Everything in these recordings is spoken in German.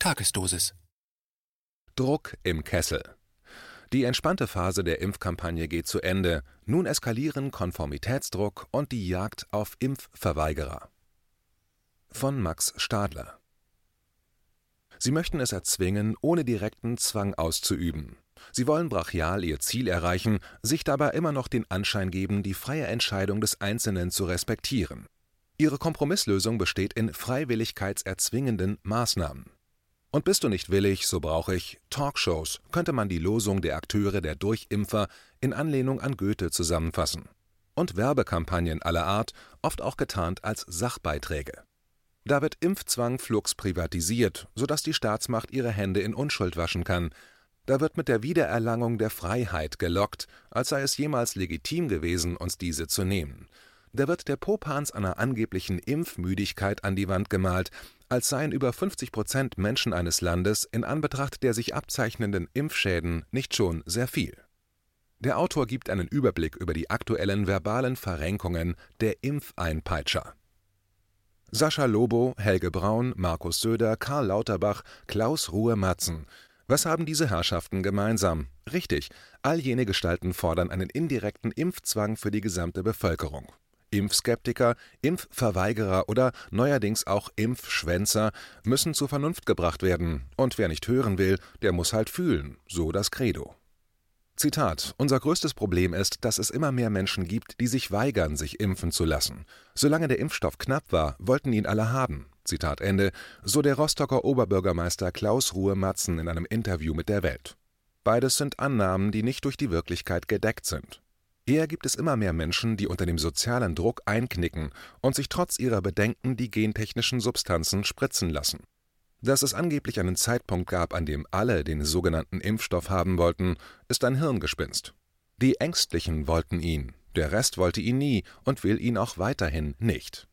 Tagesdosis. Druck im Kessel. Die entspannte Phase der Impfkampagne geht zu Ende. Nun eskalieren Konformitätsdruck und die Jagd auf Impfverweigerer. Von Max Stadler. Sie möchten es erzwingen, ohne direkten Zwang auszuüben. Sie wollen brachial ihr Ziel erreichen, sich dabei immer noch den Anschein geben, die freie Entscheidung des Einzelnen zu respektieren. Ihre Kompromisslösung besteht in freiwilligkeitserzwingenden Maßnahmen. Und bist du nicht willig, so brauche ich Talkshows, könnte man die Losung der Akteure der Durchimpfer in Anlehnung an Goethe zusammenfassen. Und Werbekampagnen aller Art, oft auch getarnt als Sachbeiträge. Da wird Impfzwang flugs privatisiert, sodass die Staatsmacht ihre Hände in Unschuld waschen kann. Da wird mit der Wiedererlangung der Freiheit gelockt, als sei es jemals legitim gewesen, uns diese zu nehmen. Da wird der Popanz einer angeblichen Impfmüdigkeit an die Wand gemalt, als seien über 50% Menschen eines Landes in Anbetracht der sich abzeichnenden Impfschäden nicht schon sehr viel. Der Autor gibt einen Überblick über die aktuellen verbalen Verrenkungen der Impfeinpeitscher. Sascha Lobo, Helge Braun, Markus Söder, Karl Lauterbach, Klaus Ruhe-Matzen. Was haben diese Herrschaften gemeinsam? Richtig, all jene Gestalten fordern einen indirekten Impfzwang für die gesamte Bevölkerung. Impfskeptiker, Impfverweigerer oder neuerdings auch Impfschwänzer müssen zur Vernunft gebracht werden. Und wer nicht hören will, der muss halt fühlen, so das Credo. Zitat: Unser größtes Problem ist, dass es immer mehr Menschen gibt, die sich weigern, sich impfen zu lassen. Solange der Impfstoff knapp war, wollten ihn alle haben. Zitat Ende, so der Rostocker Oberbürgermeister Klaus Ruhe-Matzen in einem Interview mit der Welt. Beides sind Annahmen, die nicht durch die Wirklichkeit gedeckt sind. Eher gibt es immer mehr Menschen, die unter dem sozialen Druck einknicken und sich trotz ihrer Bedenken die gentechnischen Substanzen spritzen lassen. Dass es angeblich einen Zeitpunkt gab, an dem alle den sogenannten Impfstoff haben wollten, ist ein Hirngespinst. Die Ängstlichen wollten ihn, der Rest wollte ihn nie und will ihn auch weiterhin nicht.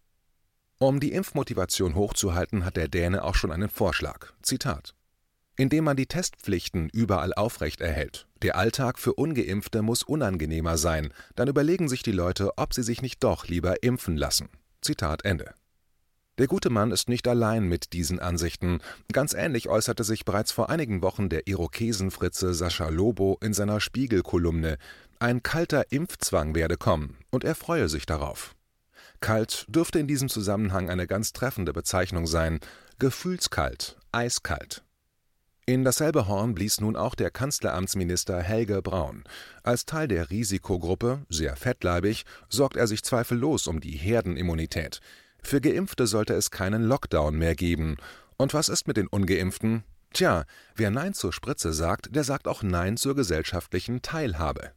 Um die Impfmotivation hochzuhalten, hat der Däne auch schon einen Vorschlag. Zitat: Indem man die Testpflichten überall aufrecht erhält. Der Alltag für Ungeimpfte muss unangenehmer sein. Dann überlegen sich die Leute, ob sie sich nicht doch lieber impfen lassen. Zitat Ende. Der gute Mann ist nicht allein mit diesen Ansichten. Ganz ähnlich äußerte sich bereits vor einigen Wochen der Irokesenfritze Sascha Lobo in seiner Spiegel-Kolumne. Ein kalter Impfzwang werde kommen und er freue sich darauf. Kalt dürfte in diesem Zusammenhang eine ganz treffende Bezeichnung sein. Gefühlskalt, eiskalt. In dasselbe Horn blies nun auch der Kanzleramtsminister Helge Braun. Als Teil der Risikogruppe, sehr fettleibig, sorgt er sich zweifellos um die Herdenimmunität. Für Geimpfte sollte es keinen Lockdown mehr geben. Und was ist mit den Ungeimpften? Tja, wer Nein zur Spritze sagt, der sagt auch Nein zur gesellschaftlichen Teilhabe.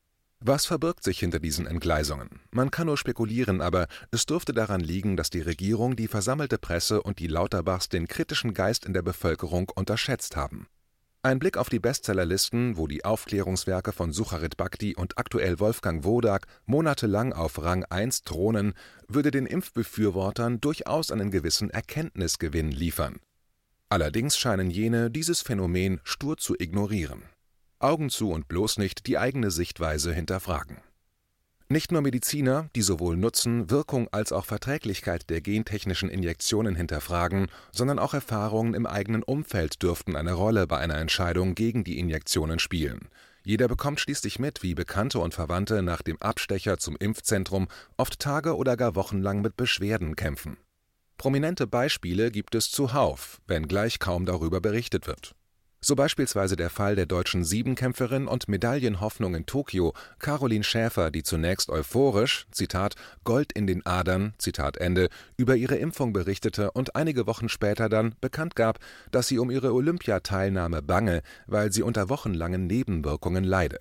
Was verbirgt sich hinter diesen Entgleisungen? Man kann nur spekulieren, aber es dürfte daran liegen, dass die Regierung, die versammelte Presse und die Lauterbachs den kritischen Geist in der Bevölkerung unterschätzt haben. Ein Blick auf die Bestsellerlisten, wo die Aufklärungswerke von Sucharit Bhakti und aktuell Wolfgang Wodak monatelang auf Rang 1 thronen, würde den Impfbefürwortern durchaus einen gewissen Erkenntnisgewinn liefern. Allerdings scheinen jene, dieses Phänomen stur zu ignorieren. Augen zu und bloß nicht die eigene Sichtweise hinterfragen. Nicht nur Mediziner, die sowohl Nutzen, Wirkung als auch Verträglichkeit der gentechnischen Injektionen hinterfragen, sondern auch Erfahrungen im eigenen Umfeld dürften eine Rolle bei einer Entscheidung gegen die Injektionen spielen. Jeder bekommt schließlich mit, wie Bekannte und Verwandte nach dem Abstecher zum Impfzentrum oft Tage oder gar wochenlang mit Beschwerden kämpfen. Prominente Beispiele gibt es zuhauf, wenngleich kaum darüber berichtet wird. So beispielsweise der Fall der deutschen Siebenkämpferin und Medaillenhoffnung in Tokio, Caroline Schäfer, die zunächst euphorisch, Zitat, Gold in den Adern, Zitat Ende, über ihre Impfung berichtete und einige Wochen später dann bekannt gab, dass sie um ihre Olympiateilnahme bange, weil sie unter wochenlangen Nebenwirkungen leide.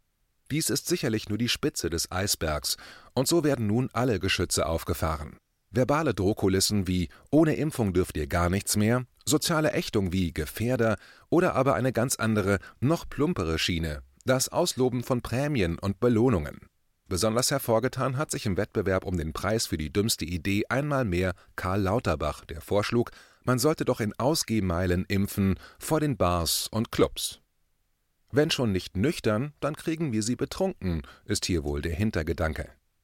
Dies ist sicherlich nur die Spitze des Eisbergs, und so werden nun alle Geschütze aufgefahren. Verbale Drohkulissen wie »Ohne Impfung dürft ihr gar nichts mehr«, soziale Ächtung wie »Gefährder« oder aber eine ganz andere, noch plumpere Schiene, das Ausloben von Prämien und Belohnungen. Besonders hervorgetan hat sich im Wettbewerb um den Preis für die dümmste Idee einmal mehr Karl Lauterbach, der vorschlug, man sollte doch in Ausgehmeilen impfen vor den Bars und Clubs. Wenn schon nicht nüchtern, dann kriegen wir sie betrunken, ist hier wohl der Hintergedanke.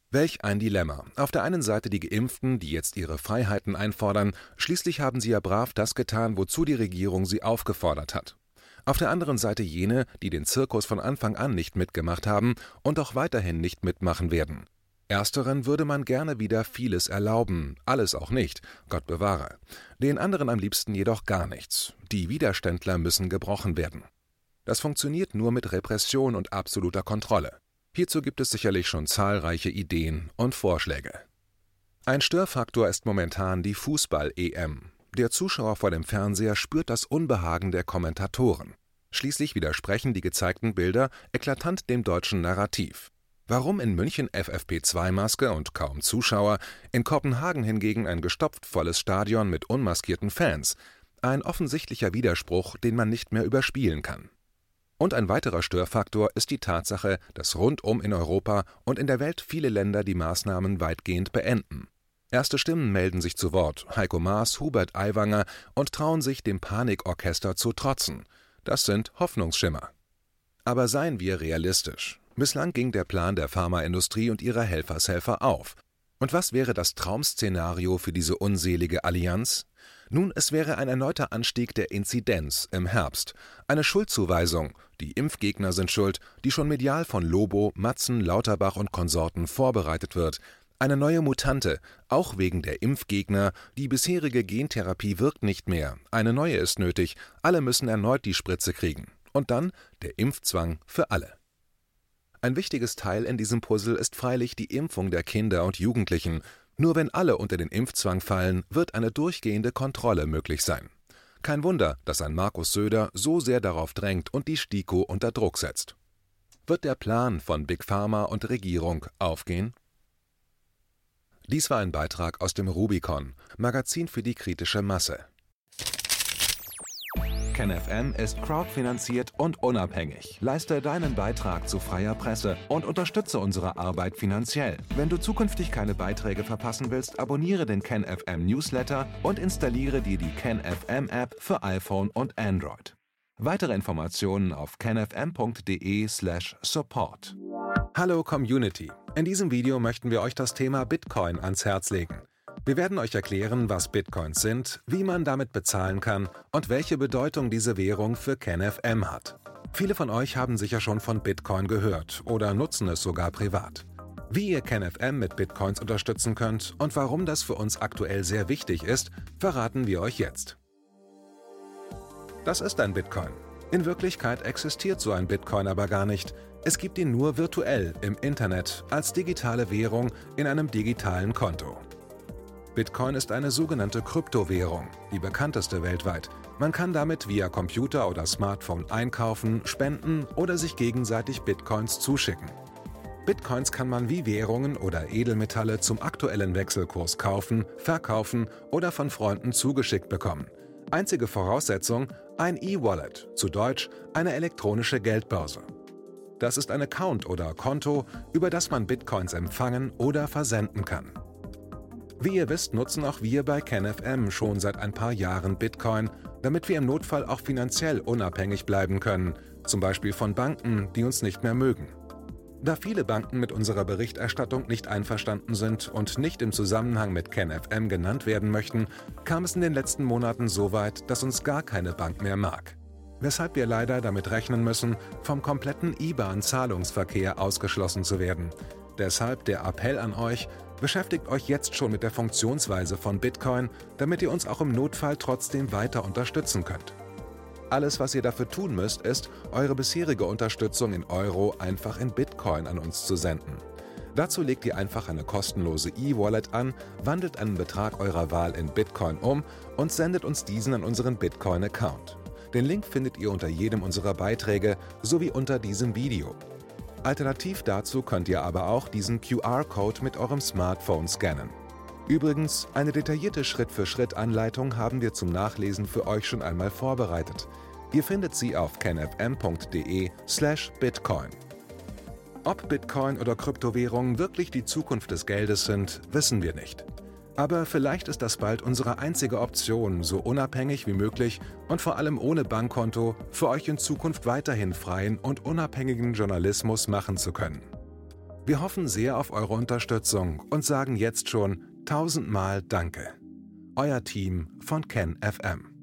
Welch ein Dilemma. Auf der einen Seite die Geimpften, die jetzt ihre Freiheiten einfordern, schließlich haben sie ja brav das getan, wozu die Regierung sie aufgefordert hat. Auf der anderen Seite jene, die den Zirkus von Anfang an nicht mitgemacht haben und auch weiterhin nicht mitmachen werden. Ersteren würde man gerne wieder vieles erlauben, alles auch nicht, Gott bewahre. Den anderen am liebsten jedoch gar nichts. Die Widerständler müssen gebrochen werden. Das funktioniert nur mit Repression und absoluter Kontrolle. Hierzu gibt es sicherlich schon zahlreiche Ideen und Vorschläge. Ein Störfaktor ist momentan die Fußball-EM. Der Zuschauer vor dem Fernseher spürt das Unbehagen der Kommentatoren. Schließlich widersprechen die gezeigten Bilder eklatant dem deutschen Narrativ. Warum in München FFP2-Maske und kaum Zuschauer, in Kopenhagen hingegen ein gestopft volles Stadion mit unmaskierten Fans? Ein offensichtlicher Widerspruch, den man nicht mehr überspielen kann. Und ein weiterer Störfaktor ist die Tatsache, dass rundum in Europa und in der Welt viele Länder die Maßnahmen weitgehend beenden. Erste Stimmen melden sich zu Wort, Heiko Maas, Hubert Aiwanger, und trauen sich, dem Panikorchester zu trotzen. Das sind Hoffnungsschimmer. Aber seien wir realistisch. Bislang ging der Plan der Pharmaindustrie und ihrer Helfershelfer auf. Und was wäre das Traum-Szenario für diese unselige Allianz? Nun, es wäre ein erneuter Anstieg der Inzidenz im Herbst. Eine Schuldzuweisung, die Impfgegner sind schuld, die schon medial von Lobo, Matzen, Lauterbach und Konsorten vorbereitet wird. Eine neue Mutante, auch wegen der Impfgegner, die bisherige Gentherapie wirkt nicht mehr. Eine neue ist nötig, alle müssen erneut die Spritze kriegen. Und dann der Impfzwang für alle. Ein wichtiges Teil in diesem Puzzle ist freilich die Impfung der Kinder und Jugendlichen. Nur wenn alle unter den Impfzwang fallen, wird eine durchgehende Kontrolle möglich sein. Kein Wunder, dass ein Markus Söder so sehr darauf drängt und die STIKO unter Druck setzt. Wird der Plan von Big Pharma und Regierung aufgehen? Dies war ein Beitrag aus dem Rubicon, Magazin für die kritische Masse. KenFM ist crowdfinanziert und unabhängig. Leiste deinen Beitrag zu freier Presse und unterstütze unsere Arbeit finanziell. Wenn du zukünftig keine Beiträge verpassen willst, abonniere den KenFM Newsletter und installiere dir die KenFM App für iPhone und Android. Weitere Informationen auf kenfm.de/support. Hallo Community! In diesem Video möchten wir euch das Thema Bitcoin ans Herz legen. Wir werden euch erklären, was Bitcoins sind, wie man damit bezahlen kann und welche Bedeutung diese Währung für KenFM hat. Viele von euch haben sicher schon von Bitcoin gehört oder nutzen es sogar privat. Wie ihr KenFM mit Bitcoins unterstützen könnt und warum das für uns aktuell sehr wichtig ist, verraten wir euch jetzt. Das ist ein Bitcoin. In Wirklichkeit existiert so ein Bitcoin aber gar nicht. Es gibt ihn nur virtuell im Internet als digitale Währung in einem digitalen Konto. Bitcoin ist eine sogenannte Kryptowährung, die bekannteste weltweit. Man kann damit via Computer oder Smartphone einkaufen, spenden oder sich gegenseitig Bitcoins zuschicken. Bitcoins kann man wie Währungen oder Edelmetalle zum aktuellen Wechselkurs kaufen, verkaufen oder von Freunden zugeschickt bekommen. Einzige Voraussetzung: ein E-Wallet, zu Deutsch eine elektronische Geldbörse. Das ist ein Account oder Konto, über das man Bitcoins empfangen oder versenden kann. Wie ihr wisst, nutzen auch wir bei KenFM schon seit ein paar Jahren Bitcoin, damit wir im Notfall auch finanziell unabhängig bleiben können, zum Beispiel von Banken, die uns nicht mehr mögen. Da viele Banken mit unserer Berichterstattung nicht einverstanden sind und nicht im Zusammenhang mit KenFM genannt werden möchten, kam es in den letzten Monaten so weit, dass uns gar keine Bank mehr mag. Weshalb wir leider damit rechnen müssen, vom kompletten IBAN-Zahlungsverkehr ausgeschlossen zu werden. Deshalb der Appell an euch: Beschäftigt euch jetzt schon mit der Funktionsweise von Bitcoin, damit ihr uns auch im Notfall trotzdem weiter unterstützen könnt. Alles, was ihr dafür tun müsst, ist, eure bisherige Unterstützung in Euro einfach in Bitcoin an uns zu senden. Dazu legt ihr einfach eine kostenlose E-Wallet an, wandelt einen Betrag eurer Wahl in Bitcoin um und sendet uns diesen an unseren Bitcoin-Account. Den Link findet ihr unter jedem unserer Beiträge sowie unter diesem Video. Alternativ dazu könnt ihr aber auch diesen QR-Code mit eurem Smartphone scannen. Übrigens, eine detaillierte Schritt-für-Schritt-Anleitung haben wir zum Nachlesen für euch schon einmal vorbereitet. Ihr findet sie auf kenfm.de/bitcoin. Ob Bitcoin oder Kryptowährungen wirklich die Zukunft des Geldes sind, wissen wir nicht. Aber vielleicht ist das bald unsere einzige Option, so unabhängig wie möglich und vor allem ohne Bankkonto für euch in Zukunft weiterhin freien und unabhängigen Journalismus machen zu können. Wir hoffen sehr auf eure Unterstützung und sagen jetzt schon 1000-mal Danke. Euer Team von KenFM.